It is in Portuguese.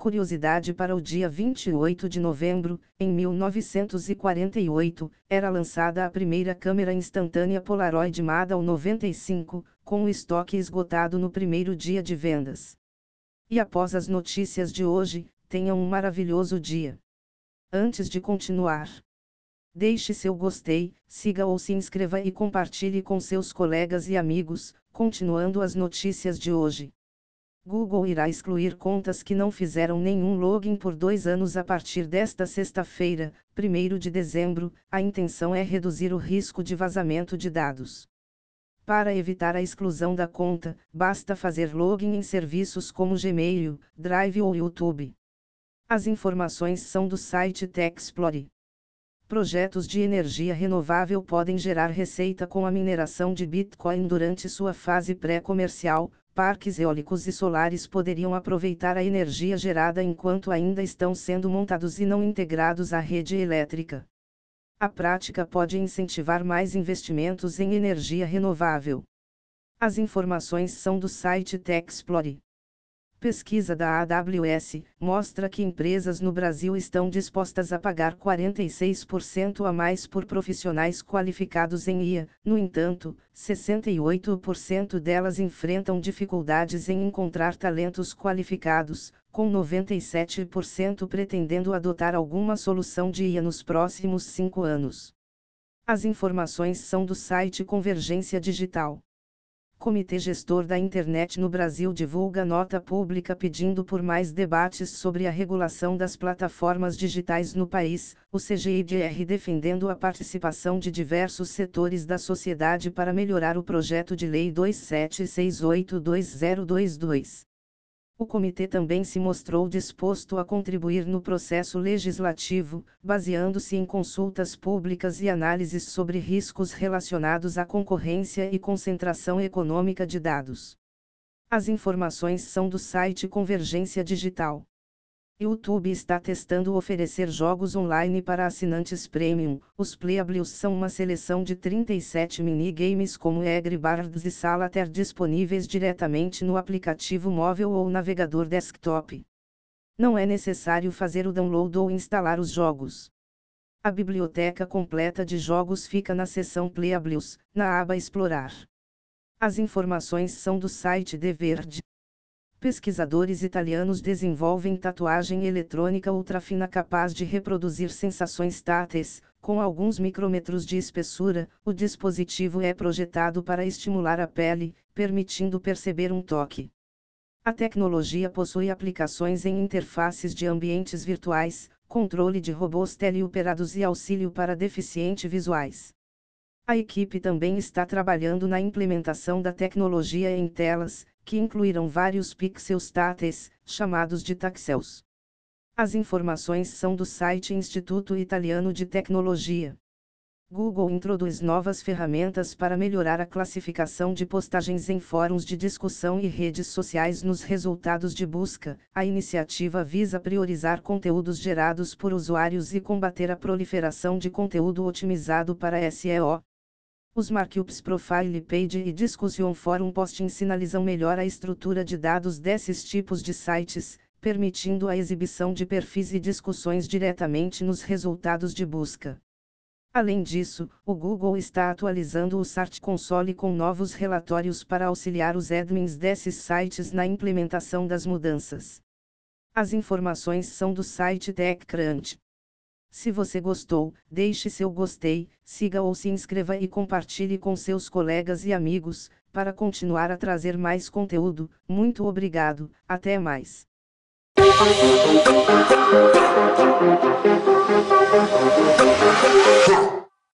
Curiosidade para o dia 28 de novembro, em 1948, era lançada a primeira câmera instantânea Polaroid Madal 95, com o estoque esgotado no primeiro dia de vendas. E após as notícias de hoje, tenham um maravilhoso dia. Antes de continuar, deixe seu gostei, siga ou se inscreva e compartilhe com seus colegas e amigos. Continuando as notícias de hoje. Google irá excluir contas que não fizeram nenhum login por 2 anos a partir desta sexta-feira, 1º de dezembro. A intenção é reduzir o risco de vazamento de dados. Para evitar a exclusão da conta, basta fazer login em serviços como Gmail, Drive ou YouTube. As informações são do site TechExplore. Projetos de energia renovável podem gerar receita com a mineração de Bitcoin durante sua fase pré-comercial. Parques eólicos e solares poderiam aproveitar a energia gerada enquanto ainda estão sendo montados e não integrados à rede elétrica. A prática pode incentivar mais investimentos em energia renovável. As informações são do site TechExplore. Pesquisa da AWS mostra que empresas no Brasil estão dispostas a pagar 46% a mais por profissionais qualificados em IA. No entanto, 68% delas enfrentam dificuldades em encontrar talentos qualificados, com 97% pretendendo adotar alguma solução de IA nos próximos 5 anos. As informações são do site Convergência Digital. Comitê Gestor da Internet no Brasil divulga nota pública pedindo por mais debates sobre a regulação das plataformas digitais no país, o CGIDR defendendo a participação de diversos setores da sociedade para melhorar o projeto de lei 27682022. O comitê também se mostrou disposto a contribuir no processo legislativo, baseando-se em consultas públicas e análises sobre riscos relacionados à concorrência e concentração econômica de dados. As informações são do site Convergência Digital. YouTube está testando oferecer jogos online para assinantes Premium. Os Playables são uma seleção de 37 minigames como Angry Birds e Solitaire disponíveis diretamente no aplicativo móvel ou navegador desktop. Não é necessário fazer o download ou instalar os jogos. A biblioteca completa de jogos fica na seção Playables, na aba Explorar. As informações são do site The Verge. Pesquisadores italianos desenvolvem tatuagem eletrônica ultrafina capaz de reproduzir sensações táteis, com alguns micrômetros de espessura. O dispositivo é projetado para estimular a pele, permitindo perceber um toque. A tecnologia possui aplicações em interfaces de ambientes virtuais, controle de robôs teleoperados e auxílio para deficientes visuais. A equipe também está trabalhando na implementação da tecnologia em telas, que incluirão vários pixels táteis, chamados de taxels. As informações são do site Instituto Italiano de Tecnologia. Google introduz novas ferramentas para melhorar a classificação de postagens em fóruns de discussão e redes sociais nos resultados de busca. A iniciativa visa priorizar conteúdos gerados por usuários e combater a proliferação de conteúdo otimizado para SEO. Os Markups Profile Page e Discussion Forum Posting sinalizam melhor a estrutura de dados desses tipos de sites, permitindo a exibição de perfis e discussões diretamente nos resultados de busca. Além disso, o Google está atualizando o Search Console com novos relatórios para auxiliar os admins desses sites na implementação das mudanças. As informações são do site TechCrunch. Se você gostou, deixe seu gostei, siga ou se inscreva e compartilhe com seus colegas e amigos, para continuar a trazer mais conteúdo. Muito obrigado, até mais. Yeah.